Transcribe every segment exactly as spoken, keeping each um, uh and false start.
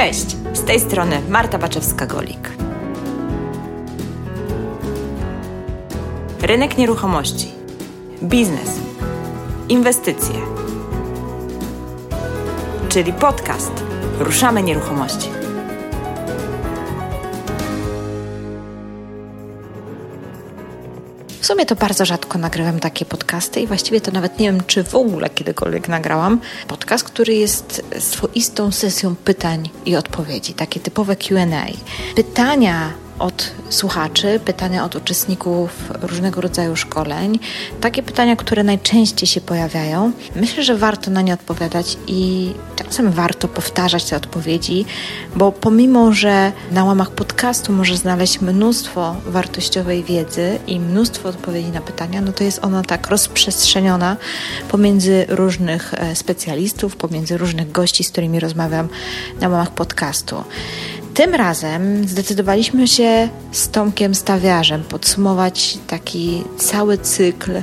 Cześć, z tej strony Marta Baczewska-Golik. Rynek nieruchomości, biznes, inwestycje, czyli podcast Ruszamy Nieruchomości. W sumie to bardzo rzadko nagrywam takie podcasty i właściwie to nawet nie wiem, czy w ogóle kiedykolwiek nagrałam podcast, który jest swoistą sesją pytań i odpowiedzi, takie typowe Q and A. Pytania od słuchaczy, pytania od uczestników różnego rodzaju szkoleń, takie pytania, które najczęściej się pojawiają. Myślę, że warto na nie odpowiadać i czasem warto powtarzać te odpowiedzi, bo pomimo, że na łamach podcastu może znaleźć mnóstwo wartościowej wiedzy i mnóstwo odpowiedzi na pytania, no to jest ona tak rozprzestrzeniona pomiędzy różnych specjalistów, pomiędzy różnych gości, z którymi rozmawiam na łamach podcastu. Tym razem zdecydowaliśmy się z Tomkiem Stawiarzem podsumować taki cały cykl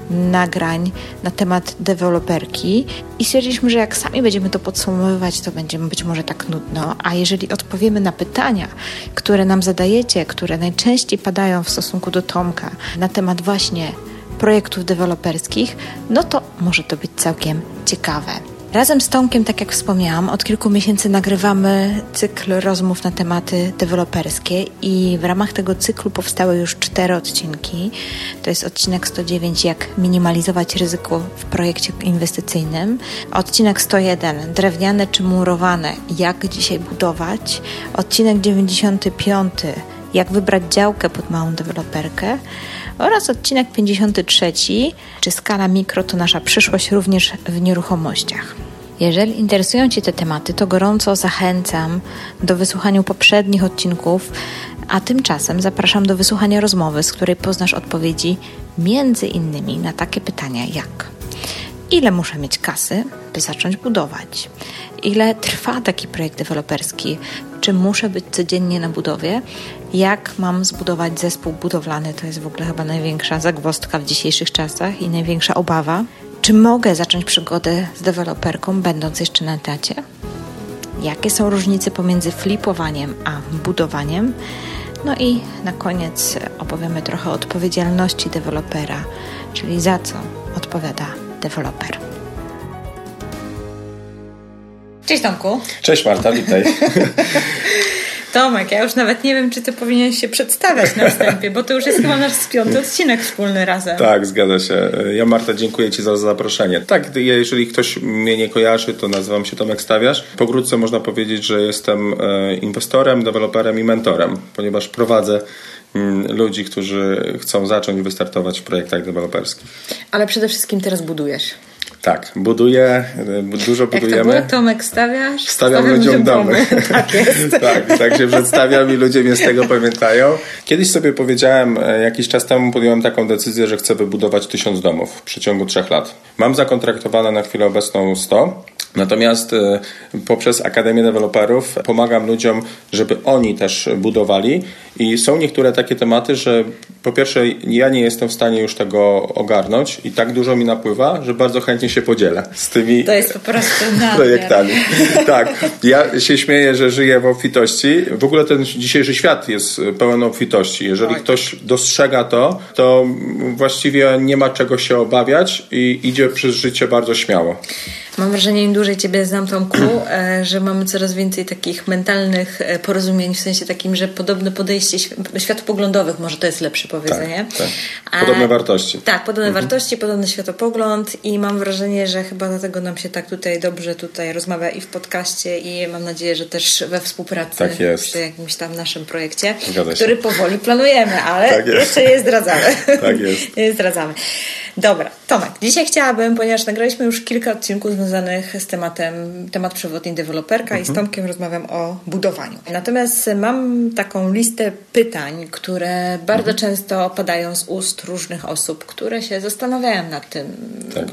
nagrań na temat deweloperki i stwierdziliśmy, że jak sami będziemy to podsumowywać, to będziemy być może tak nudno, a jeżeli odpowiemy na pytania, które nam zadajecie, które najczęściej padają w stosunku do Tomka na temat właśnie projektów deweloperskich, no to może to być całkiem ciekawe. Razem z Tomkiem, tak jak wspomniałam, od kilku miesięcy nagrywamy cykl rozmów na tematy deweloperskie i w ramach tego cyklu powstały już cztery odcinki. To jest odcinek sto dziewięć, jak minimalizować ryzyko w projekcie inwestycyjnym. Odcinek sto jeden, drewniane czy murowane, jak dzisiaj budować. Odcinek dziewięćdziesiąty piąty, jak wybrać działkę pod małą deweloperkę. Oraz odcinek pięćdziesiąty trzeci, czy skala mikro to nasza przyszłość również w nieruchomościach. Jeżeli interesują Cię te tematy, to gorąco zachęcam do wysłuchania poprzednich odcinków, a tymczasem zapraszam do wysłuchania rozmowy, z której poznasz odpowiedzi między innymi na takie pytania jak: ile muszę mieć kasy, by zacząć budować? Ile trwa taki projekt deweloperski? Czy muszę być codziennie na budowie? Jak mam zbudować zespół budowlany? To jest w ogóle chyba największa zagwozdka w dzisiejszych czasach i największa obawa. Czy mogę zacząć przygodę z deweloperką, będąc jeszcze na etacie? Jakie są różnice pomiędzy flipowaniem a budowaniem? No i na koniec opowiemy trochę o odpowiedzialności dewelopera, czyli za co odpowiada deweloper. Cześć Tomku. Cześć Marta, witaj. Tomek, ja już nawet nie wiem, czy ty powinien się przedstawiać na wstępie, bo to już jest chyba nasz piąty odcinek wspólny razem. Tak, zgadza się. Ja Marta, dziękuję Ci za zaproszenie. Tak, jeżeli ktoś mnie nie kojarzy, to nazywam się Tomek Stawiarz. Pokrótce można powiedzieć, że jestem inwestorem, deweloperem i mentorem, ponieważ prowadzę ludzi, którzy chcą zacząć wystartować w projektach deweloperskich. Ale przede wszystkim teraz budujesz. Tak, buduję, dużo budujemy. Jak to było? Tomek Stawiasz? Stawiam, Stawiam ludziom domy. domy. Tak jest. tak, tak się przedstawiam i ludzie mnie z tego pamiętają. Kiedyś sobie powiedziałem, jakiś czas temu podjąłem taką decyzję, że chcę wybudować tysiąc domów w przeciągu trzech lat. Mam zakontraktowane na chwilę obecną sto. Natomiast poprzez Akademię Deweloperów pomagam ludziom, żeby oni też budowali i są niektóre takie tematy, że po pierwsze ja nie jestem w stanie już tego ogarnąć i tak dużo mi napływa, że bardzo chętnie się podzielę z tymi to jest po prostu projektami. Tak, ja się śmieję, że żyję w obfitości. W ogóle ten dzisiejszy świat jest pełen obfitości. Jeżeli Oj. ktoś dostrzega to, to właściwie nie ma czego się obawiać i idzie przez życie bardzo śmiało. Mam wrażenie, im dłużej Ciebie znam, Tomku, że mamy coraz więcej takich mentalnych porozumień, w sensie takim, że podobne podejście światopoglądowych, może to jest lepsze powiedzenie. Tak, tak. Podobne A, wartości. Tak, podobne mhm. wartości, podobny światopogląd i mam wrażenie, że chyba dlatego nam się tak tutaj dobrze tutaj rozmawia i w podcaście i mam nadzieję, że też we współpracy tak jest. przy jakimś tam naszym projekcie, Zgadza który się. powoli planujemy, ale tak jest. jeszcze nie zdradzamy. Tak jest. Nie zdradzamy. Dobra, Tomek, dzisiaj chciałabym, ponieważ nagraliśmy już kilka odcinków związanych z tematem temat przewodni deweloperka mhm. i z Tomkiem rozmawiam o budowaniu. Natomiast mam taką listę pytań, które bardzo mhm. często padają z ust różnych osób, które się zastanawiają nad tym, tak.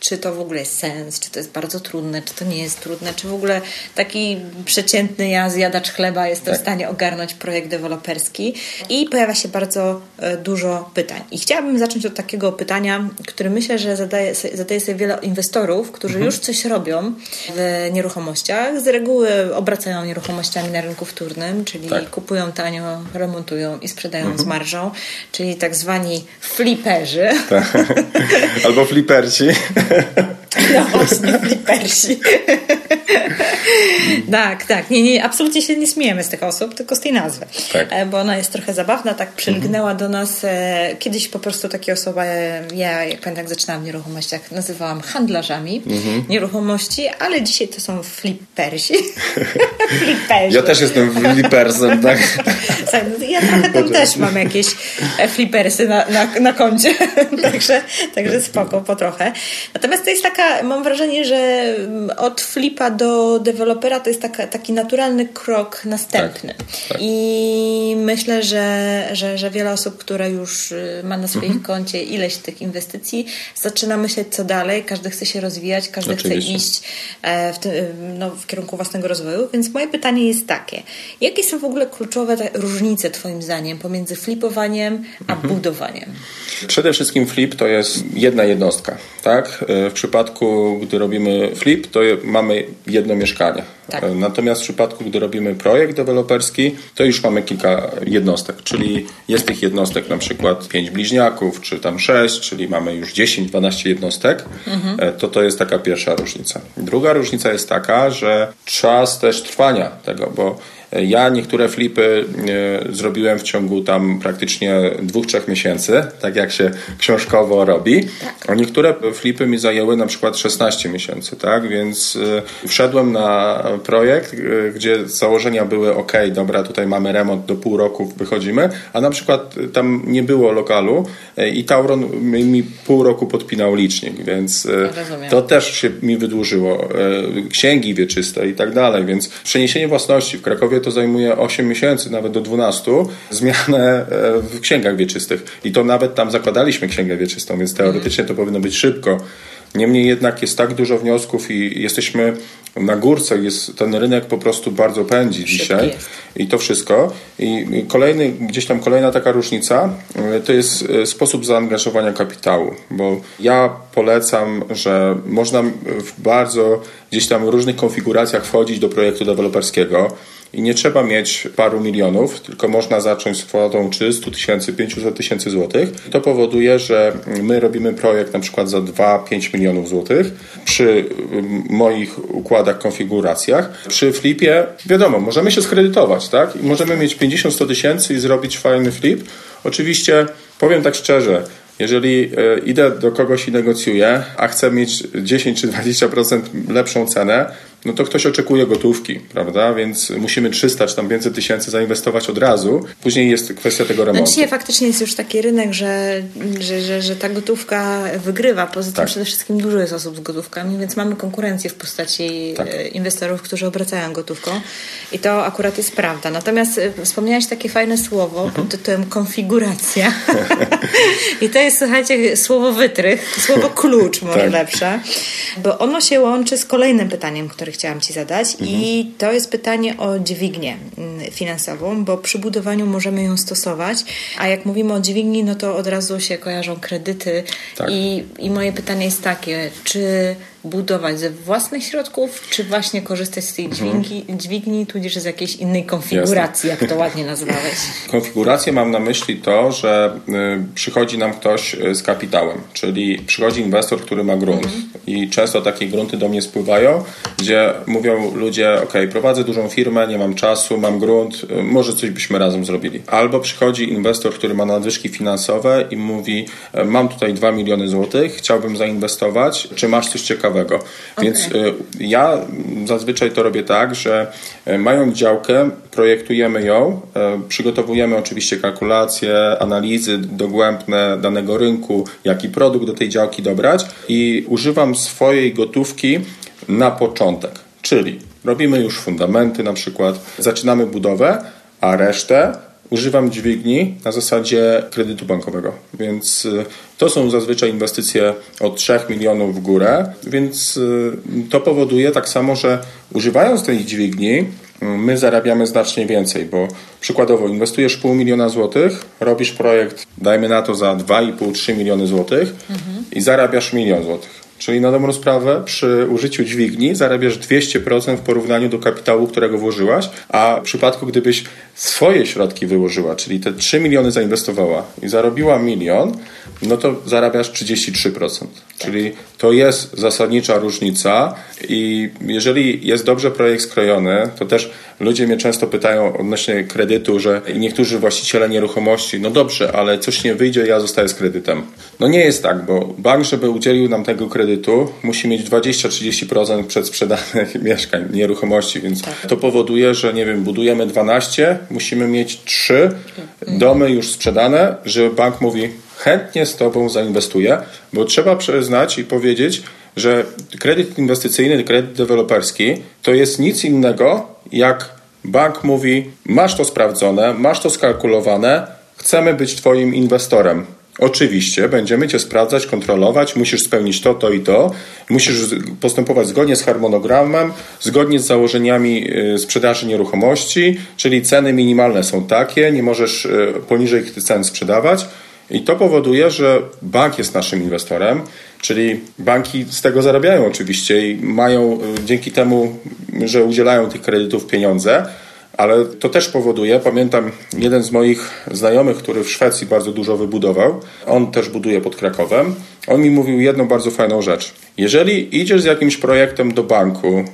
czy to w ogóle jest sens, czy to jest bardzo trudne, czy to nie jest trudne, czy w ogóle taki przeciętny ja, zjadacz chleba jestem tak. w stanie ogarnąć projekt deweloperski i pojawia się bardzo dużo pytań. I chciałabym zacząć od takiego pytania, które myślę, że zadaje, zadaje sobie wiele inwestorów, którzy mhm. już coś robią w nieruchomościach. Z reguły obracają nieruchomościami na rynku wtórnym, czyli tak. kupują tanio, remontują i sprzedają mhm. z marżą, czyli tak zwani fliperzy. Tak. Albo fliperci. No właśnie, flipersi. tak, tak. Nie, nie, absolutnie się nie śmiejemy z tych osób, tylko z tej nazwy. Tak. Bo ona jest trochę zabawna, tak przylgnęła mhm. do nas. Kiedyś po prostu takie osoby, ja jak pamiętam, jak zaczynałam w nieruchomościach, nazywałam handlarzami mhm. nieruchomości, ale dzisiaj to są flipersi. Fliperzy. Ja też jestem flipersem, tak? Ja trochę tam też mam jakieś flipersy na, na, na koncie. także, także spoko, po trochę. Natomiast to jest taka, mam wrażenie, że od flipa do dewelopera to jest taka, taki naturalny krok następny. Tak, tak. I myślę, że, że, że wiele osób, które już ma na swoim mhm. koncie ileś tych inwestycji, zaczyna myśleć, co dalej. Każdy chce się rozwijać, każdy Oczywiście. chce iść w, tym, no, w kierunku własnego rozwoju. Więc moje pytanie jest takie. Jakie są w ogóle kluczowe te różnice twoim zdaniem pomiędzy flipowaniem a mhm. budowaniem? Przede wszystkim flip to jest jedna jednostka. Tak? W przypadku, gdy robimy flip, to mamy jedno mieszkanie. Tak. Natomiast w przypadku, gdy robimy projekt deweloperski, to już mamy kilka jednostek, czyli jest tych jednostek na przykład pięć bliźniaków, czy tam sześć, czyli mamy już dziesięć dwanaście jednostek. Mhm. To to jest taka pierwsza różnica. Druga różnica jest taka, że czas też trwania tego, bo ja niektóre flipy e, zrobiłem w ciągu tam praktycznie dwóch, trzech miesięcy, tak jak się książkowo robi, tak. a niektóre flipy mi zajęły na przykład szesnaście miesięcy, tak, więc e, wszedłem na projekt, e, gdzie założenia były ok, dobra, tutaj mamy remont, do pół roku wychodzimy, a na przykład tam nie było lokalu e, i Tauron mi, mi pół roku podpinał licznik, więc e, to też się mi wydłużyło. E, księgi wieczyste i tak dalej, więc przeniesienie własności w Krakowie to zajmuje osiem miesięcy, nawet do dwunastu, zmianę w księgach wieczystych. I to nawet tam zakładaliśmy księgę wieczystą, więc teoretycznie to powinno być szybko. Niemniej jednak jest tak dużo wniosków i jesteśmy na górce, jest ten rynek po prostu bardzo pędzi dzisiaj jest. I to wszystko. I kolejny, gdzieś tam kolejna taka różnica to jest sposób zaangażowania kapitału, bo ja polecam, że można w bardzo gdzieś tam różnych konfiguracjach wchodzić do projektu deweloperskiego. I nie trzeba mieć paru milionów, tylko można zacząć z kwotą trzysta tysięcy, pięćset tysięcy złotych. To powoduje, że my robimy projekt na przykład za dwa pięć milionów złotych przy moich układach, konfiguracjach. Przy flipie, wiadomo, możemy się skredytować, tak? I możemy mieć pięćdziesiąt sto tysięcy i zrobić fajny flip. Oczywiście, powiem tak szczerze, jeżeli idę do kogoś i negocjuję, a chcę mieć dziesięć czy dwadzieścia procent lepszą cenę, no to ktoś oczekuje gotówki, prawda? Więc musimy trzysta czy tam pięćset tysięcy zainwestować od razu. Później jest kwestia tego remontu. No dzisiaj faktycznie jest już taki rynek, że, że, że, że ta gotówka wygrywa. Poza tym tak. przede wszystkim dużo jest osób z gotówkami, więc mamy konkurencję w postaci tak. inwestorów, którzy obracają gotówką. I to akurat jest prawda. Natomiast wspomniałeś takie fajne słowo mhm. pod tytułem konfiguracja. I to jest, słuchajcie, słowo wytrych, słowo klucz może tak. lepsze. Bo ono się łączy z kolejnym pytaniem, które chciałam Ci zadać mhm. i to jest pytanie o dźwignię finansową, bo przy budowaniu możemy ją stosować, a jak mówimy o dźwigni, no to od razu się kojarzą kredyty tak. i, i moje pytanie jest takie, czy budować ze własnych środków, czy właśnie korzystać z tej dźwigni, mhm. dźwigni tudzież z jakiejś innej konfiguracji, Jasne. jak to ładnie nazwałeś. Konfigurację mam na myśli to, że y, przychodzi nam ktoś z kapitałem, czyli przychodzi inwestor, który ma grunt mhm. i często takie grunty do mnie spływają, gdzie mówią ludzie, ok, prowadzę dużą firmę, nie mam czasu, mam grunt, y, może coś byśmy razem zrobili. Albo przychodzi inwestor, który ma nadwyżki finansowe i mówi, y, mam tutaj dwa miliony złotych, chciałbym zainwestować, czy masz coś ciekawego? Okay. Więc y, ja zazwyczaj to robię tak, że y, mając działkę, projektujemy ją, y, przygotowujemy oczywiście kalkulacje, analizy dogłębne danego rynku, jaki produkt do tej działki dobrać i używam swojej gotówki na początek. Czyli robimy już fundamenty na przykład, zaczynamy budowę, a resztę używam dźwigni na zasadzie kredytu bankowego, więc to są zazwyczaj inwestycje od trzech milionów w górę, więc to powoduje tak samo, że używając tej dźwigni my zarabiamy znacznie więcej, bo przykładowo inwestujesz pół miliona złotych, robisz projekt, dajmy na to za dwa i pół do trzech miliony złotych mhm. i zarabiasz milion złotych. Czyli na dobrą sprawę przy użyciu dźwigni zarabiasz dwieście procent w porównaniu do kapitału, którego włożyłaś, a w przypadku gdybyś swoje środki wyłożyła, czyli te trzy miliony zainwestowała i zarobiła milion, no to zarabiasz trzydzieści trzy procent. Tak. Czyli to jest zasadnicza różnica i jeżeli jest dobrze projekt skrojony, to też ludzie mnie często pytają odnośnie kredytu, że niektórzy właściciele nieruchomości, no dobrze, ale coś nie wyjdzie, ja zostaję z kredytem. No nie jest tak, bo bank, żeby udzielił nam tego kredytu, musi mieć dwadzieścia do trzydziestu procent przedsprzedanych mieszkań, nieruchomości, więc tak. to powoduje, że nie wiem, budujemy dwanaście, musimy mieć trzy domy już sprzedane, że bank mówi, chętnie z tobą zainwestuję, bo trzeba przyznać i powiedzieć, że kredyt inwestycyjny, kredyt deweloperski to jest nic innego, jak bank mówi, masz to sprawdzone, masz to skalkulowane, chcemy być twoim inwestorem. Oczywiście będziemy cię sprawdzać, kontrolować, musisz spełnić to, to i to, musisz postępować zgodnie z harmonogramem, zgodnie z założeniami sprzedaży nieruchomości, czyli ceny minimalne są takie, nie możesz poniżej tych cen sprzedawać. I to powoduje, że bank jest naszym inwestorem, czyli banki z tego zarabiają oczywiście i mają dzięki temu, że udzielają tych kredytów pieniądze, ale to też powoduje, pamiętam jeden z moich znajomych, który w Szwecji bardzo dużo wybudował, on też buduje pod Krakowem, on mi mówił jedną bardzo fajną rzecz. Jeżeli idziesz z jakimś projektem do banku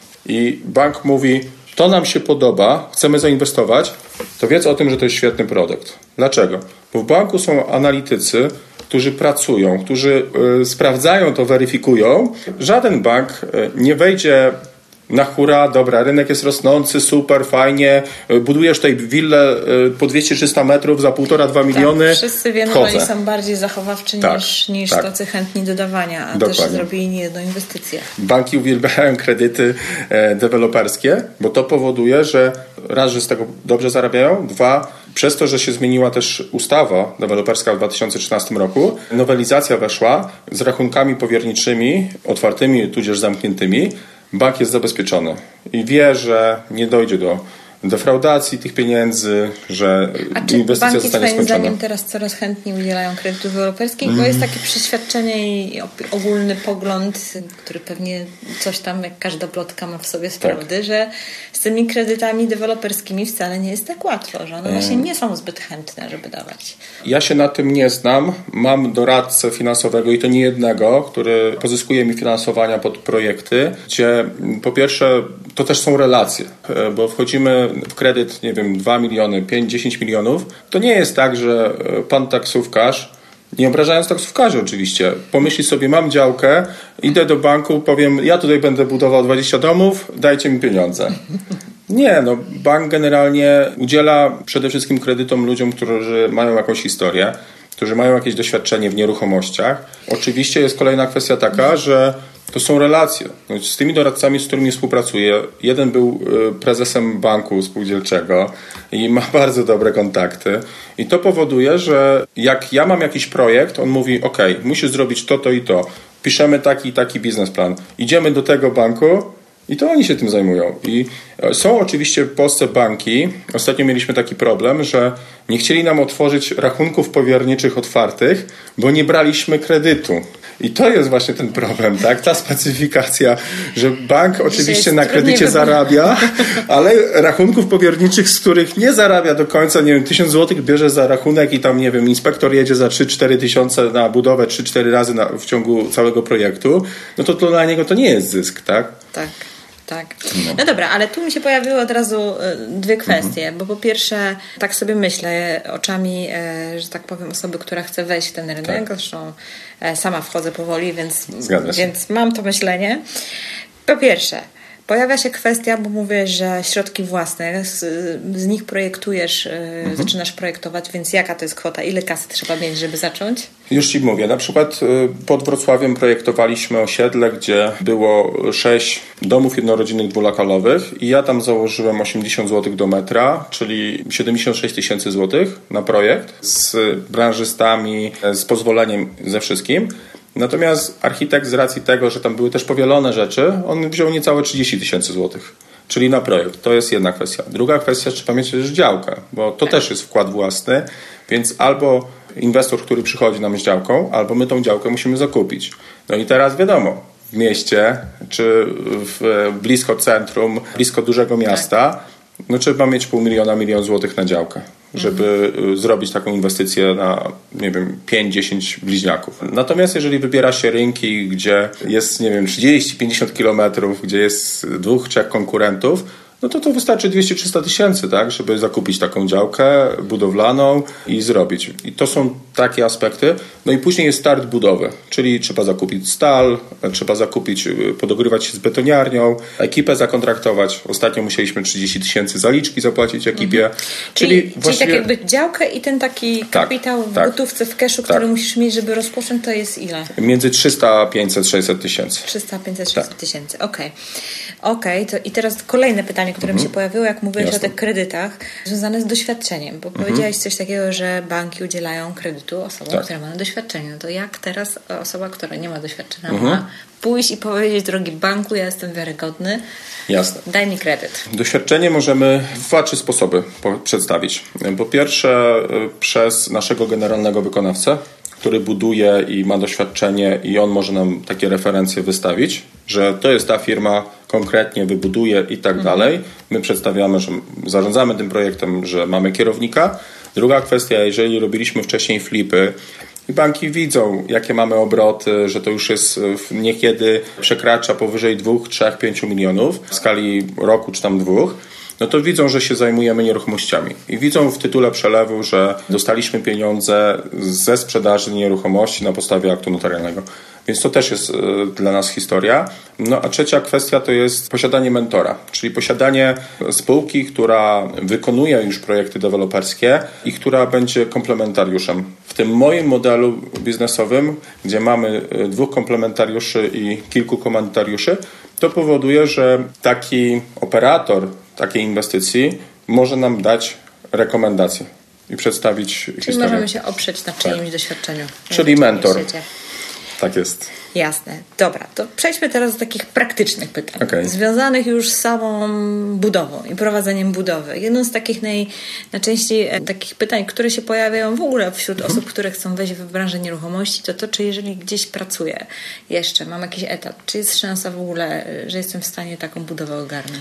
i bank mówi, to nam się podoba, chcemy zainwestować, to wiedz o tym, że to jest świetny produkt. Dlaczego? Bo w banku są analitycy, którzy pracują, którzy y, sprawdzają to, weryfikują. Żaden bank y, nie wejdzie na hura, dobra, rynek jest rosnący, super, fajnie, budujesz tutaj willę po dwieście trzysta metrów za półtora, dwa miliony. Tak, wszyscy wiemy, że oni są bardziej zachowawczy tak, niż, niż tak. tacy chętni do dawania, a Dokładnie. Też zrobili niejedną inwestycję. Banki uwielbiają kredyty e, deweloperskie, bo to powoduje, że raz, że z tego dobrze zarabiają, dwa, przez to, że się zmieniła też ustawa deweloperska w dwa tysiące trzynastym roku, nowelizacja weszła z rachunkami powierniczymi, otwartymi tudzież zamkniętymi, bank jest zabezpieczony i wie, że nie dojdzie do defraudacji tych pieniędzy, że A inwestycja zostanie skończona. A czy banki twoim zdaniem teraz coraz chętniej udzielają kredytów europejskich? Mm. Bo jest takie przeświadczenie i ogólny pogląd, który pewnie coś tam, jak każda plotka ma w sobie z prawdy, tak. że z tymi kredytami deweloperskimi wcale nie jest tak łatwo, że one mm. właśnie nie są zbyt chętne, żeby dawać. Ja się na tym nie znam. Mam doradcę finansowego i to nie jednego, który pozyskuje mi finansowania pod projekty, gdzie po pierwsze to też są relacje, bo wchodzimy w kredyt, nie wiem, dwa miliony, pięć, dziesięć milionów, to nie jest tak, że pan taksówkarz, nie obrażając taksówkarzy oczywiście, pomyśli sobie, mam działkę, idę do banku, powiem, ja tutaj będę budował dwadzieścia domów, dajcie mi pieniądze. Nie, no bank generalnie udziela przede wszystkim kredytom ludziom, którzy mają jakąś historię, którzy mają jakieś doświadczenie w nieruchomościach. Oczywiście jest kolejna kwestia taka, że to są relacje. No, z tymi doradcami, z którymi współpracuję, jeden był prezesem banku spółdzielczego i ma bardzo dobre kontakty. I to powoduje, że jak ja mam jakiś projekt, on mówi, ok, musisz zrobić to, to i to. Piszemy taki i taki biznesplan. Idziemy do tego banku i to oni się tym zajmują. I są oczywiście w Polsce banki. Ostatnio mieliśmy taki problem, że nie chcieli nam otworzyć rachunków powierniczych otwartych, bo nie braliśmy kredytu. I to jest właśnie ten problem, tak? Ta specyfikacja, że bank oczywiście na kredycie zarabia, ale rachunków powierniczych, z których nie zarabia do końca, nie wiem, tysiąc złotych bierze za rachunek i tam, nie wiem, inspektor jedzie za trzy cztery tysiące na budowę trzy cztery razy na, w ciągu całego projektu, no to, to dla niego to nie jest zysk, tak? Tak. Tak. No. no dobra, ale tu mi się pojawiły od razu dwie kwestie, mhm. bo po pierwsze tak sobie myślę oczami, że tak powiem, osoby, która chce wejść w ten rynek, tak. zresztą sama wchodzę powoli, więc, więc mam to myślenie. Po pierwsze, Pojawia się kwestia, bo mówię, że środki własne, z, z nich projektujesz, mhm. zaczynasz projektować, więc jaka to jest kwota? Ile kasy trzeba mieć, żeby zacząć? Już Ci mówię. Na przykład pod Wrocławiem projektowaliśmy osiedle, gdzie było sześć domów jednorodzinnych dwulokalowych i ja tam założyłem osiemdziesiąt złotych do metra, czyli siedemdziesiąt sześć tysięcy złotych na projekt z branżystami, z pozwoleniem, ze wszystkim. Natomiast architekt z racji tego, że tam były też powielone rzeczy, on wziął niecałe trzydzieści tysięcy złotych. Czyli na projekt. To jest jedna kwestia. Druga kwestia, trzeba mieć też działkę, bo to też jest wkład własny, więc albo inwestor, który przychodzi nam z działką, albo my tą działkę musimy zakupić. No i teraz wiadomo, w mieście, czy w, blisko centrum, blisko dużego miasta, no trzeba mieć pół miliona, milion złotych na działkę, żeby mhm. zrobić taką inwestycję na, nie wiem, pięć dziesięć bliźniaków. Natomiast jeżeli wybiera się rynki, gdzie jest, nie wiem, trzydzieści pięćdziesiąt kilometrów, gdzie jest dwóch, trzech konkurentów, no to to wystarczy dwieście trzysta tysięcy, tak, żeby zakupić taką działkę budowlaną i zrobić. I to są takie aspekty. No i później jest start budowy, czyli trzeba zakupić stal, trzeba zakupić, podogrywać się z betoniarnią, ekipę zakontraktować. Ostatnio musieliśmy trzydzieści tysięcy zaliczki zapłacić ekipie. Mhm. Czyli, czyli, właściwie... czyli tak jakby działkę i ten taki kapitał tak, w tak, gotówce, w cashu, tak. który musisz mieć, żeby rozpocząć, to jest ile? Między trzysta, pięćset, sześćset tysięcy. trzysta, pięćset, sześćset tysięcy, okej. Okej, to i teraz kolejne pytanie, które mi się pojawiło, jak mówiłeś Jasne. o tych kredytach, związane z doświadczeniem, bo mhm. powiedziałeś coś takiego, że banki udzielają kredytu osobom, tak. które mają doświadczenie. No to jak teraz osoba, która nie ma doświadczenia, mhm. ma pójść i powiedzieć, drogi banku, ja jestem wiarygodny, Jasne. daj mi kredyt. Doświadczenie możemy w dwa, trzy sposoby przedstawić. Po pierwsze przez naszego generalnego wykonawcę, który buduje i ma doświadczenie i on może nam takie referencje wystawić, że to jest ta firma, konkretnie wybuduje i tak mhm. dalej. My przedstawiamy, że zarządzamy tym projektem, że mamy kierownika. Druga kwestia, jeżeli robiliśmy wcześniej flipy i banki widzą, jakie mamy obroty, że to już jest niekiedy przekracza powyżej dwóch, trzech, pięciu milionów w skali roku czy tam dwóch, no to widzą, że się zajmujemy nieruchomościami. I widzą w tytule przelewu, że dostaliśmy pieniądze ze sprzedaży nieruchomości na podstawie aktu notarialnego. Więc to też jest dla nas historia. No a trzecia kwestia to jest posiadanie mentora, czyli posiadanie spółki, która wykonuje już projekty deweloperskie i która będzie komplementariuszem. W tym moim modelu biznesowym, gdzie mamy dwóch komplementariuszy i kilku komentariuszy, to powoduje, że taki operator takiej inwestycji może nam dać rekomendacje i przedstawić Czyli historię. Czyli możemy się oprzeć na czyimś tak. doświadczeniu. Czyli mentor. Tak jest. Jasne. Dobra, to przejdźmy teraz do takich praktycznych pytań. Okay. Związanych już z samą budową i prowadzeniem budowy. Jedną z takich naj, najczęściej takich pytań, które się pojawiają w ogóle wśród mhm. osób, które chcą wejść w branżę nieruchomości, to to, czy jeżeli gdzieś pracuję jeszcze, mam jakiś etat, czy jest szansa w ogóle, że jestem w stanie taką budowę ogarnąć?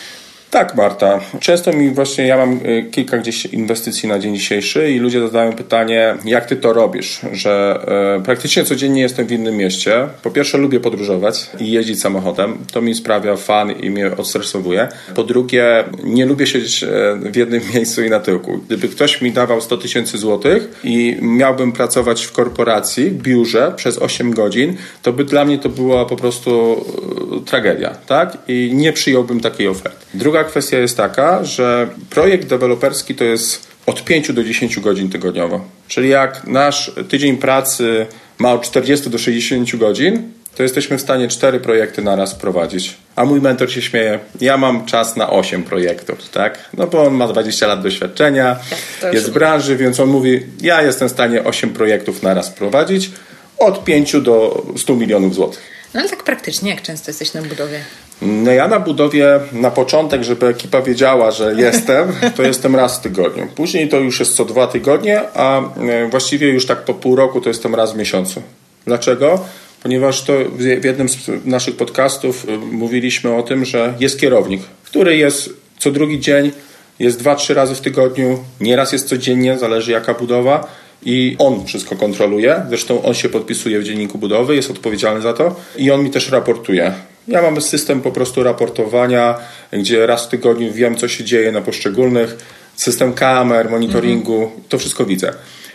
Tak, Marta. Często mi właśnie, ja mam kilka gdzieś inwestycji na dzień dzisiejszy i ludzie zadają pytanie, jak ty to robisz, że e, praktycznie codziennie jestem w innym mieście. Po pierwsze lubię podróżować i jeździć samochodem. To mi sprawia fan i mnie odstresowuje. Po drugie, nie lubię siedzieć w jednym miejscu i na tyłku. Gdyby ktoś mi dawał sto tysięcy złotych i miałbym pracować w korporacji, w biurze przez osiem godzin, to by dla mnie to była po prostu tragedia, tak? I nie przyjąłbym takiej oferty. Druga kwestia jest taka, że projekt deweloperski to jest od pięciu do dziesięciu godzin tygodniowo. Czyli jak nasz tydzień pracy ma od czterdziestu do sześćdziesięciu godzin, to jesteśmy w stanie cztery projekty na raz prowadzić. A mój mentor się śmieje, ja mam czas na osiem projektów, tak? No bo on ma dwadzieścia lat doświadczenia, tak, jest w branży, więc on mówi, ja jestem w stanie osiem projektów na raz prowadzić od pięciu do stu milionów złotych. No ale tak praktycznie, jak często jesteś na budowie? No ja na budowie na początek, żeby ekipa wiedziała, że jestem, to jestem raz w tygodniu. Później to już jest co dwa tygodnie, a właściwie już tak po pół roku to jestem raz w miesiącu. Dlaczego? Ponieważ to w jednym z naszych podcastów mówiliśmy o tym, że jest kierownik, który jest co drugi dzień, jest dwa, trzy razy w tygodniu, nieraz jest codziennie, zależy jaka budowa. I on wszystko kontroluje, zresztą on się podpisuje w dzienniku budowy, jest odpowiedzialny za to i on mi też raportuje. Ja mam system po prostu raportowania, gdzie raz w tygodniu wiem, co się dzieje na poszczególnych, system kamer, monitoringu, mhm. to wszystko widzę.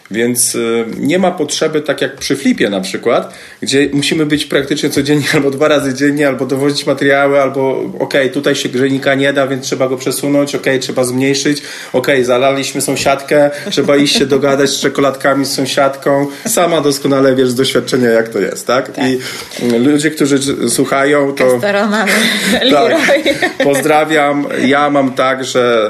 Więc y, nie ma potrzeby, tak jak przy flipie na przykład, gdzie musimy być praktycznie codziennie albo dwa razy dziennie, albo dowozić materiały, albo okej, okay, tutaj się grzejnika nie da, więc trzeba go przesunąć, okej, okay, trzeba zmniejszyć, okej, okay, zalaliśmy sąsiadkę, trzeba iść się dogadać z czekoladkami z sąsiadką. Sama doskonale wiesz z doświadczenia, jak to jest, tak? tak. I ludzie, którzy słuchają, to... Kastora mamy. Tak, pozdrawiam. Ja mam tak, że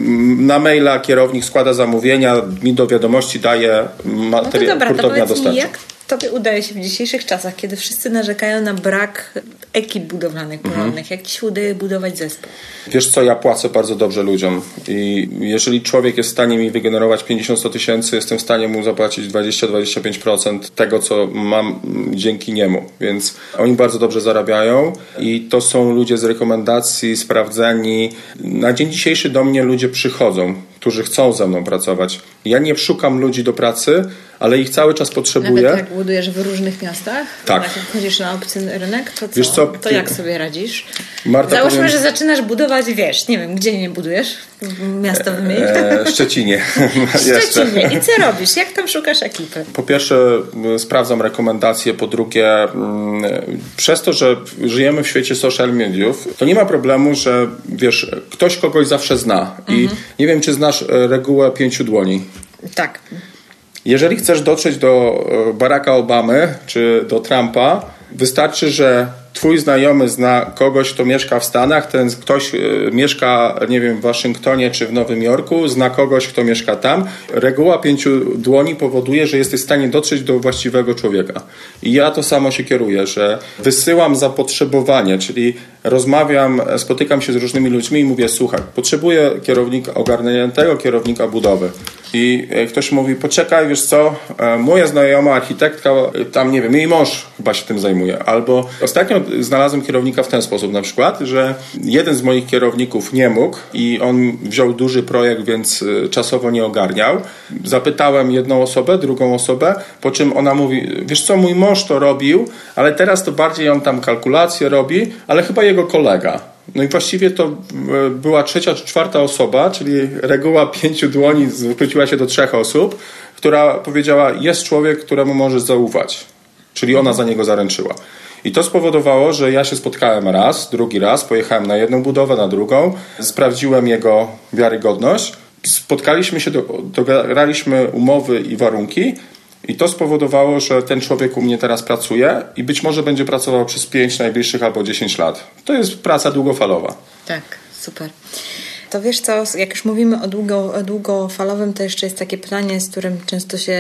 na maila kierownik składa zamówienia, mi do wiadomości daje materiał, no to dobra, hurtownia to powiedz mi, dostarcza. jak tobie udaje się w dzisiejszych czasach, kiedy wszyscy narzekają na brak ekip budowlanych porządnych, mhm. jak ci się udaje budować zespół? Wiesz co, ja płacę bardzo dobrze ludziom i jeżeli człowiek jest w stanie mi wygenerować pięćdziesiąt do stu tysięcy, jestem w stanie mu zapłacić dwadzieścia do dwudziestu pięciu procent tego, co mam dzięki niemu, więc oni bardzo dobrze zarabiają i to są ludzie z rekomendacji, sprawdzeni. Na dzień dzisiejszy do mnie ludzie przychodzą, którzy chcą ze mną pracować. Ja nie szukam ludzi do pracy, ale ich cały czas potrzebuję. Nawet jak budujesz w różnych miastach? Tak. Jak wchodzisz na obcy rynek, to co? Wiesz co? To jak sobie radzisz? Marta, Załóżmy, powiem... że zaczynasz budować, wiesz, nie wiem, gdzie nie budujesz? Miasto wymień. E, Szczecinie. W Szczecinie. I co robisz? Jak tam szukasz ekipy? Po pierwsze sprawdzam rekomendacje, po drugie przez to, że żyjemy w świecie social mediów, to nie ma problemu, że wiesz, ktoś kogoś zawsze zna. I mhm. nie wiem, czy znasz regułę pięciu dłoni. Tak. Jeżeli chcesz dotrzeć do Baracka Obamy czy do Trumpa, wystarczy, że twój znajomy zna kogoś, kto mieszka w Stanach, ten ktoś mieszka, nie wiem, w Waszyngtonie czy w Nowym Jorku, zna kogoś, kto mieszka tam. Reguła pięciu dłoni powoduje, że jesteś w stanie dotrzeć do właściwego człowieka. I ja to samo się kieruję, że wysyłam zapotrzebowanie, czyli rozmawiam, spotykam się z różnymi ludźmi i mówię, słuchaj, potrzebuję kierownika ogarniętego, kierownika budowy. I ktoś mówi, poczekaj, wiesz co, moja znajoma architektka, tam nie wiem, jej mąż chyba się tym zajmuje. Albo ostatnio znalazłem kierownika w ten sposób na przykład, że jeden z moich kierowników nie mógł i on wziął duży projekt, więc czasowo nie ogarniał. Zapytałem jedną osobę, drugą osobę, po czym ona mówi, wiesz co, mój mąż to robił, ale teraz to bardziej on tam kalkulacje robi, ale chyba jego kolega. No i właściwie to była trzecia czy czwarta osoba, czyli reguła pięciu dłoni zwróciła się do trzech osób, która powiedziała, jest człowiek, któremu możesz zaufać. Czyli ona za niego zaręczyła. I to spowodowało, że ja się spotkałem raz, drugi raz, pojechałem na jedną budowę, na drugą, sprawdziłem jego wiarygodność, spotkaliśmy się, dogadaliśmy umowy i warunki i to spowodowało, że ten człowiek u mnie teraz pracuje i być może będzie pracował przez pięć najbliższych albo dziesięć lat. To jest praca długofalowa. Tak, super. To wiesz co, jak już mówimy o, długo, o długofalowym, to jeszcze jest takie pytanie, z którym często się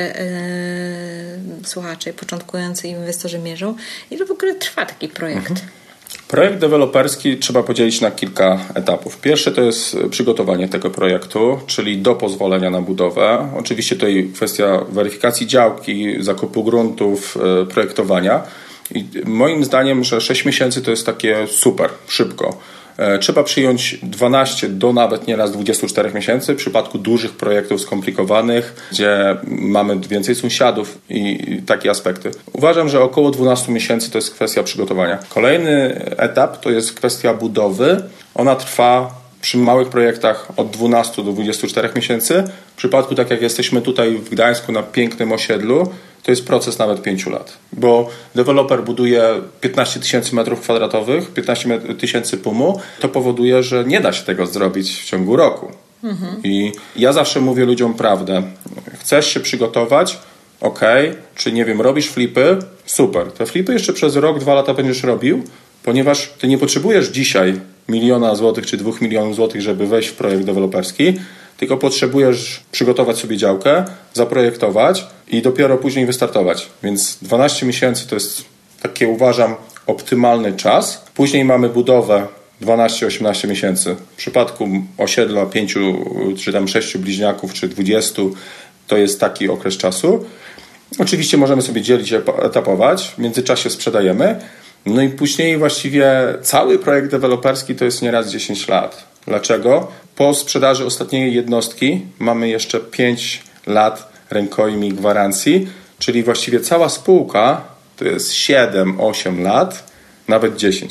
yy, słuchacze, początkujący inwestorzy mierzą. Ile w ogóle trwa taki projekt? Mhm. Projekt deweloperski trzeba podzielić na kilka etapów. Pierwszy to jest przygotowanie tego projektu, czyli do pozwolenia na budowę. Oczywiście tutaj kwestia weryfikacji działki, zakupu gruntów, projektowania. I moim zdaniem, że sześć miesięcy to jest takie super, szybko. Trzeba przyjąć dwanaście do nawet nieraz dwadzieścia cztery miesięcy w przypadku dużych projektów skomplikowanych, gdzie mamy więcej sąsiadów i takie aspekty. Uważam, że około dwanaście miesięcy to jest kwestia przygotowania. Kolejny etap to jest kwestia budowy. Ona trwa przy małych projektach od dwunastu do dwudziestu czterech miesięcy. W przypadku tak jak jesteśmy tutaj w Gdańsku na pięknym osiedlu, to jest proces nawet pięciu lat, bo deweloper buduje piętnaście tysięcy metrów kwadratowych, piętnaście tysięcy pumu, to powoduje, że nie da się tego zrobić w ciągu roku. Mhm. I ja zawsze mówię ludziom prawdę. Chcesz się przygotować? Okej. Okay. Czy nie wiem, robisz flipy? Super. Te flipy jeszcze przez rok, dwa lata będziesz robił, ponieważ ty nie potrzebujesz dzisiaj miliona złotych czy dwóch milionów złotych, żeby wejść w projekt deweloperski, tylko potrzebujesz przygotować sobie działkę, zaprojektować i dopiero później wystartować. Więc dwanaście miesięcy to jest takie, uważam, optymalny czas. Później mamy budowę dwanaście do osiemnastu miesięcy. W przypadku osiedla pięciu czy tam sześciu bliźniaków czy dwudziestu to jest taki okres czasu. Oczywiście możemy sobie dzielić, etapować. W międzyczasie sprzedajemy. No i później właściwie cały projekt deweloperski to jest nieraz dziesięć lat. Dlaczego? Po sprzedaży ostatniej jednostki mamy jeszcze pięć lat rękojmi gwarancji, czyli właściwie cała spółka to jest siedem osiem lat, nawet dziesięć.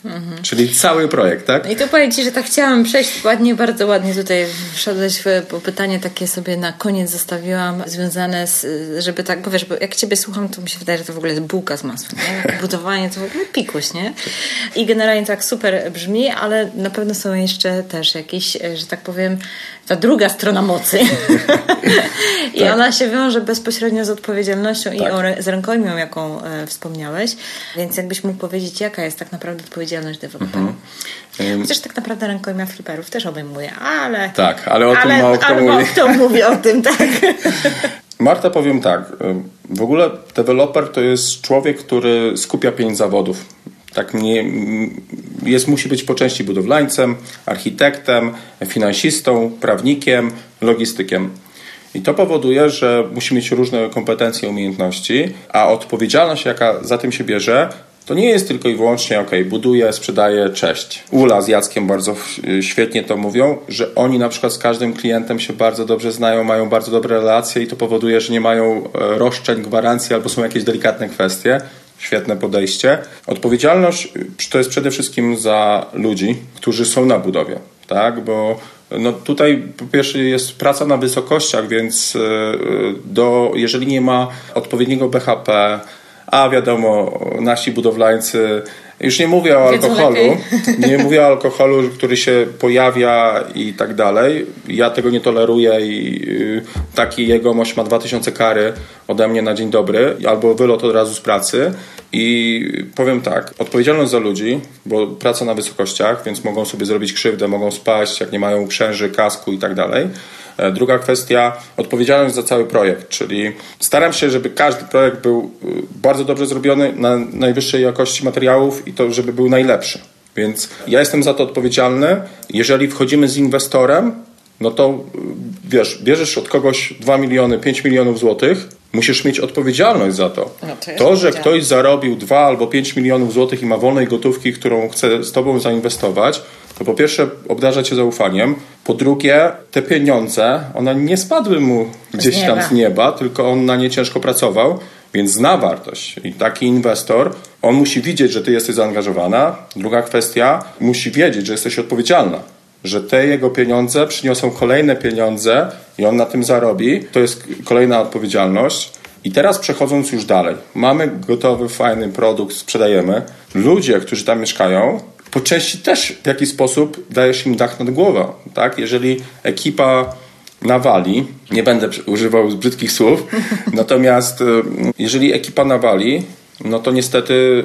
Mhm. Czyli cały projekt, tak? I tu powiem Ci, że tak chciałam przejść ładnie, bardzo ładnie tutaj wszedłeś w pytanie takie sobie na koniec zostawiłam, związane z, żeby tak, bo wiesz, bo jak Ciebie słucham, to mi się wydaje, że to w ogóle jest bułka z masłem, nie? Budowanie to w ogóle pikuś, nie? I generalnie tak super brzmi, ale na pewno są jeszcze też jakieś, że tak powiem, ta druga strona mocy. I tak. Ona się wiąże bezpośrednio z odpowiedzialnością tak. i o, z rękojmią, jaką e, wspomniałeś. Więc jakbyś mógł powiedzieć, jaka jest tak naprawdę odpowiedzialność deweloperów. Mm-hmm. Chociaż tak naprawdę rękojmia fliperów też obejmuje, ale... Tak, ale o ale, tym mało kto ale mówi. kto mówi o tym, tak. Marta, powiem tak. W ogóle deweloper to jest człowiek, który skupia pięć zawodów. Tak nie, jest, musi być po części budowlańcem, architektem, finansistą, prawnikiem, logistykiem. I to powoduje, że musi mieć różne kompetencje i umiejętności, a odpowiedzialność, jaka za tym się bierze, to nie jest tylko i wyłącznie ok, buduję, sprzedaję, cześć. Ula z Jackiem bardzo świetnie to mówią, że oni na przykład z każdym klientem się bardzo dobrze znają, mają bardzo dobre relacje i to powoduje, że nie mają roszczeń, gwarancji albo są jakieś delikatne kwestie. Świetne podejście. Odpowiedzialność to jest przede wszystkim za ludzi, którzy są na budowie, tak? Bo no tutaj po pierwsze jest praca na wysokościach, więc do, jeżeli nie ma odpowiedniego B H P, a wiadomo, nasi budowlańcy, już nie mówię o alkoholu, nie mówię o alkoholu, który się pojawia i tak dalej. Ja tego nie toleruję i taki jegomość ma dwa tysiące kary ode mnie na dzień dobry, albo wylot od razu z pracy. I powiem tak, odpowiedzialność za ludzi, bo praca na wysokościach, więc mogą sobie zrobić krzywdę, mogą spaść, jak nie mają uprzęży, kasku i tak dalej. Druga kwestia, odpowiedzialność za cały projekt, czyli staram się, żeby każdy projekt był bardzo dobrze zrobiony, na najwyższej jakości materiałów i to, żeby był najlepszy. Więc ja jestem za to odpowiedzialny. Jeżeli wchodzimy z inwestorem, no to wiesz, bierzesz od kogoś dwa miliony, pięć milionów złotych, musisz mieć odpowiedzialność za to. No to, to że ktoś zarobił dwa albo pięć milionów złotych i ma wolnej gotówki, którą chce z tobą zainwestować, to po pierwsze obdarza cię zaufaniem, po drugie te pieniądze, one nie spadły mu gdzieś tam z nieba, tylko on na nie ciężko pracował, więc zna wartość. I taki inwestor, on musi widzieć, że ty jesteś zaangażowana. Druga kwestia, musi wiedzieć, że jesteś odpowiedzialna, że te jego pieniądze przyniosą kolejne pieniądze i on na tym zarobi. To jest kolejna odpowiedzialność. I teraz przechodząc już dalej, mamy gotowy, fajny produkt, sprzedajemy. Ludzie, którzy tam mieszkają, po części też w jakiś sposób dajesz im dach nad głową. Tak? Jeżeli ekipa nawali, nie będę używał brzydkich słów, natomiast jeżeli ekipa nawali, no to niestety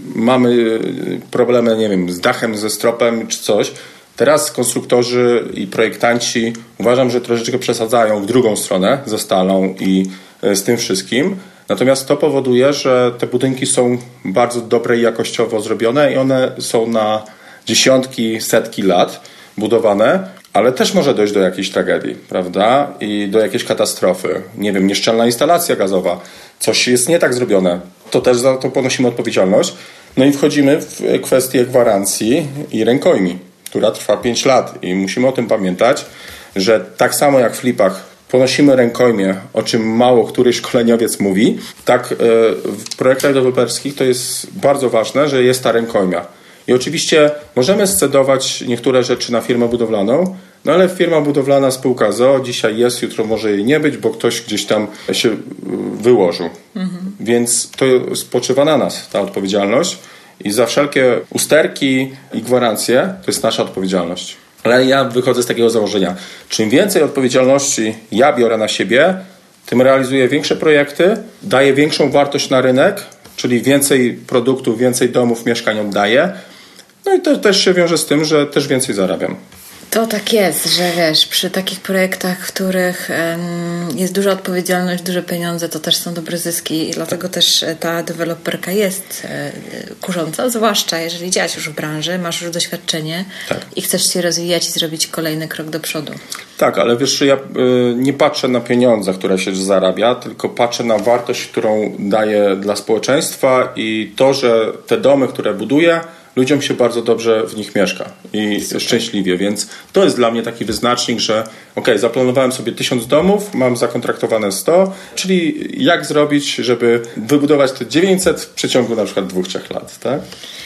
mamy problemy, nie wiem, z dachem, ze stropem czy coś. Teraz konstruktorzy i projektanci uważam, że troszeczkę przesadzają w drugą stronę ze stalą i z tym wszystkim. Natomiast to powoduje, że te budynki są bardzo dobre i jakościowo zrobione i one są na dziesiątki, setki lat budowane, ale też może dojść do jakiejś tragedii, prawda? I do jakiejś katastrofy. Nie wiem, nieszczelna instalacja gazowa. Coś jest nie tak zrobione. To też za to ponosimy odpowiedzialność. No i wchodzimy w kwestię gwarancji i rękojmi, która trwa pięć lat i musimy o tym pamiętać, że tak samo jak w flipach ponosimy rękojmię, o czym mało który szkoleniowiec mówi, tak w projektach deweloperskich to jest bardzo ważne, że jest ta rękojmia. I oczywiście możemy scedować niektóre rzeczy na firmę budowlaną, no ale firma budowlana, spółka z o o dzisiaj jest, jutro może jej nie być, bo ktoś gdzieś tam się wyłożył. Mhm. Więc to spoczywa na nas ta odpowiedzialność i za wszelkie usterki i gwarancje to jest nasza odpowiedzialność. Ale ja wychodzę z takiego założenia. Czym więcej odpowiedzialności ja biorę na siebie, tym realizuję większe projekty, daję większą wartość na rynek, czyli więcej produktów, więcej domów, mieszkań oddaję. No i to też się wiąże z tym, że też więcej zarabiam. To tak jest, że wiesz, przy takich projektach, w których um, jest duża odpowiedzialność, duże pieniądze, to też są dobre zyski i dlatego też ta deweloperka jest e, kurząca, zwłaszcza jeżeli działasz już w branży, masz już doświadczenie tak. i chcesz się rozwijać i zrobić kolejny krok do przodu. Tak, ale wiesz, ja y, nie patrzę na pieniądze, które się zarabia, tylko patrzę na wartość, którą daję dla społeczeństwa i to, że te domy, które buduję, ludziom się bardzo dobrze w nich mieszka i Super. szczęśliwie, więc to jest dla mnie taki wyznacznik, że ok, zaplanowałem sobie tysiąc domów, mam zakontraktowane sto, czyli jak zrobić, żeby wybudować te dziewięćset w przeciągu na przykład dwóch, trzech lat, tak?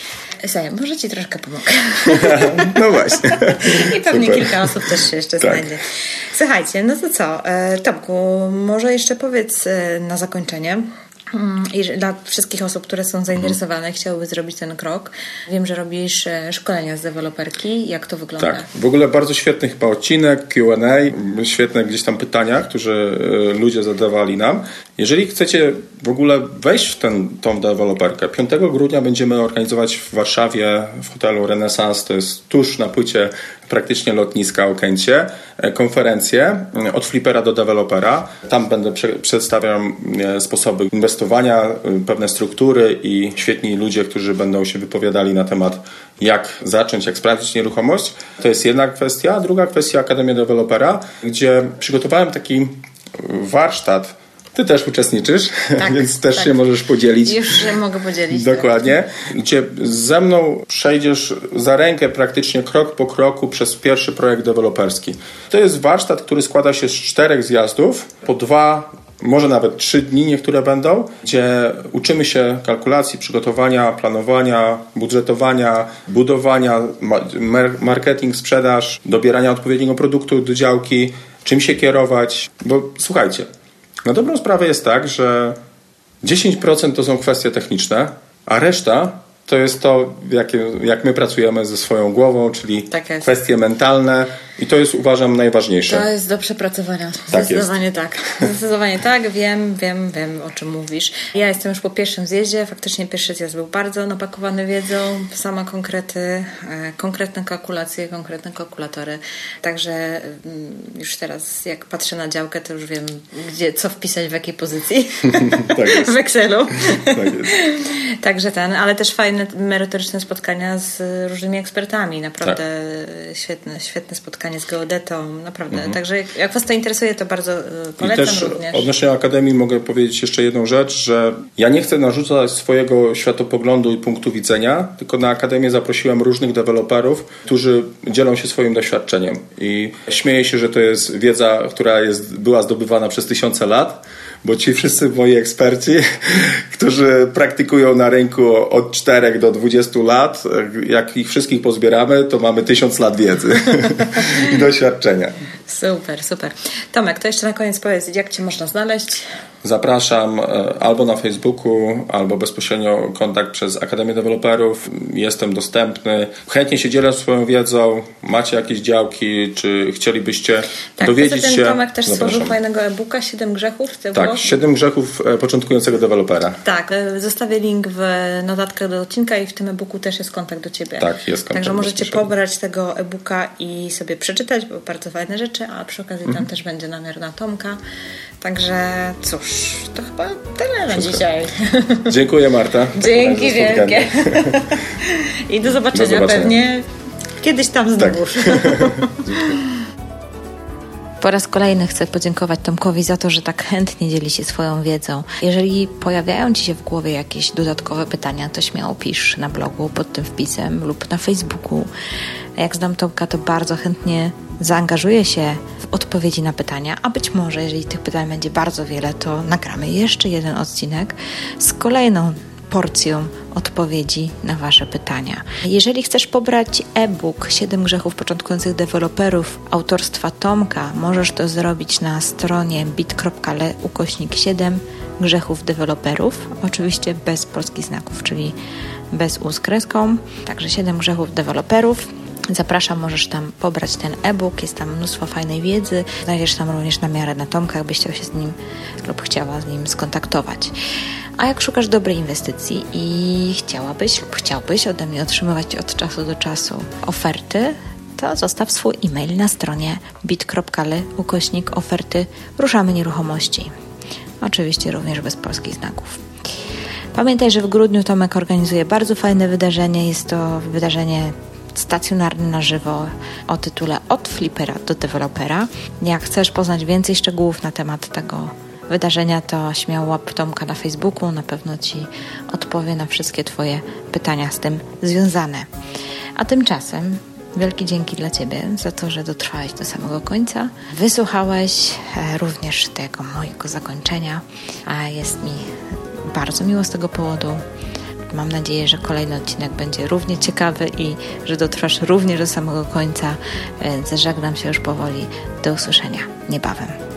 Słuchaj, może Ci troszkę pomogę. No właśnie. I pewnie Super. kilka osób też się jeszcze tak. znajdzie. Słuchajcie, no to co? Tomku, może jeszcze powiedz na zakończenie, i dla wszystkich osób, które są zainteresowane, hmm. chciałyby zrobić ten krok. Wiem, że robisz szkolenia z deweloperki. Jak to wygląda? Tak. W ogóle bardzo świetny chyba odcinek, Q and A, świetne gdzieś tam pytania, które ludzie zadawali nam. Jeżeli chcecie w ogóle wejść w ten, tą deweloperkę, piątego grudnia będziemy organizować w Warszawie w hotelu Renesans, to jest tuż na płycie praktycznie lotniska Okęcie, konferencję od flipera do dewelopera. Tam będę prze- przedstawiał sposoby inwestowania, pewne struktury i świetni ludzie, którzy będą się wypowiadali na temat, jak zacząć, jak sprawdzić nieruchomość. To jest jedna kwestia. Druga kwestia Akademia Dewelopera, gdzie przygotowałem taki warsztat. Ty też uczestniczysz, tak, więc też tak. się możesz podzielić. Już się mogę podzielić. Dokładnie. Tak. Gdzie ze mną przejdziesz za rękę praktycznie krok po kroku przez pierwszy projekt deweloperski. To jest warsztat, który składa się z czterech zjazdów, po dwa, może nawet trzy dni niektóre będą, gdzie uczymy się kalkulacji, przygotowania, planowania, budżetowania, budowania, marketing, sprzedaż, dobierania odpowiedniego produktu do działki, czym się kierować. Bo słuchajcie, na dobrą sprawę jest tak, że dziesięć procent to są kwestie techniczne, a reszta to jest to, jak, jak my pracujemy ze swoją głową, czyli tak kwestie mentalne i to jest, uważam, najważniejsze. To jest do przepracowania. Zdecydowanie tak. tak. Zdecydowanie tak. Wiem, wiem, wiem, o czym mówisz. Ja jestem już po pierwszym zjeździe. Faktycznie pierwszy zjazd był bardzo napakowany wiedzą, same konkrety, konkretne kalkulacje, konkretne kalkulatory. Także już teraz, jak patrzę na działkę, to już wiem, gdzie, co wpisać w jakiej pozycji. Tak jest. W Excelu. Tak jest. Także ten, ale też fajne, merytoryczne spotkania z różnymi ekspertami. Naprawdę tak. świetne, świetne spotkanie z geodetą. Naprawdę. Mhm. Także jak, jak Was to interesuje, to bardzo polecam. I też również. Odnośnie Akademii mogę powiedzieć jeszcze jedną rzecz, że ja nie chcę narzucać swojego światopoglądu i punktu widzenia, tylko na Akademię zaprosiłem różnych deweloperów, którzy dzielą się swoim doświadczeniem. I śmieję się, że to jest wiedza, która jest, była zdobywana przez tysiące lat, bo ci wszyscy moi eksperci, którzy praktykują na rynku od czterech do dwudziestu lat, jak ich wszystkich pozbieramy, to mamy tysiąc lat wiedzy i doświadczenia. Super, super. Tomek, to jeszcze na koniec powiedz, jak Cię można znaleźć? Zapraszam albo na Facebooku, albo bezpośrednio kontakt przez Akademię Deweloperów. Jestem dostępny. Chętnie się dzielę swoją wiedzą. Macie jakieś działki, czy chcielibyście tak, dowiedzieć się? Tomek też Zapraszam. stworzył fajnego e-booka siedem grzechów. Tak, było? siedem grzechów początkującego dewelopera. Tak, zostawię link w notatkach do odcinka i w tym e-booku też jest kontakt do Ciebie. Tak, jest kontakt. Także możecie pobrać tego e-booka i sobie przeczytać, bo bardzo fajne rzeczy, a przy okazji mhm. tam też będzie namiar na Tomka. Także cóż, to chyba tyle na Wszystko. dzisiaj. Dziękuję, Marta. Dzięki wielkie. I do zobaczenia, do zobaczenia pewnie kiedyś tam znowuż. Tak. Po raz kolejny chcę podziękować Tomkowi za to, że tak chętnie dzieli się swoją wiedzą. Jeżeli pojawiają Ci się w głowie jakieś dodatkowe pytania, to śmiało pisz na blogu pod tym wpisem lub na Facebooku. A jak znam Tomka, to bardzo chętnie zaangażuję się w odpowiedzi na pytania, a być może, jeżeli tych pytań będzie bardzo wiele, to nagramy jeszcze jeden odcinek z kolejną porcją odpowiedzi na Wasze pytania. Jeżeli chcesz pobrać e-book siedem grzechów początkujących deweloperów autorstwa Tomka, możesz to zrobić na stronie bit.ly ukośnik siedem grzechów deweloperów, oczywiście bez polskich znaków, czyli bez u z kreską, także siedem grzechów deweloperów. Zapraszam, możesz tam pobrać ten e-book, jest tam mnóstwo fajnej wiedzy. Znajdziesz tam również namiarę na Tomka, jakbyś chciał się z nim lub chciała z nim skontaktować. A jak szukasz dobrej inwestycji i chciałabyś lub chciałbyś ode mnie otrzymywać od czasu do czasu oferty, to zostaw swój e-mail na stronie bit.ly ukośnik oferty Ruszamy Nieruchomości. Oczywiście również bez polskich znaków. Pamiętaj, że w grudniu Tomek organizuje bardzo fajne wydarzenie. Jest to wydarzenie stacjonarny na żywo o tytule Od flipera do dewelopera. Jak chcesz poznać więcej szczegółów na temat tego wydarzenia, to śmiało łap Tomka na Facebooku. Na pewno Ci odpowie na wszystkie Twoje pytania z tym związane. A tymczasem wielkie dzięki dla Ciebie za to, że dotrwałeś do samego końca. Wysłuchałeś również tego mojego zakończenia, a jest mi bardzo miło z tego powodu. Mam nadzieję, że kolejny odcinek będzie równie ciekawy i że dotrwasz również do samego końca. Zażegnam się już powoli. Do usłyszenia niebawem.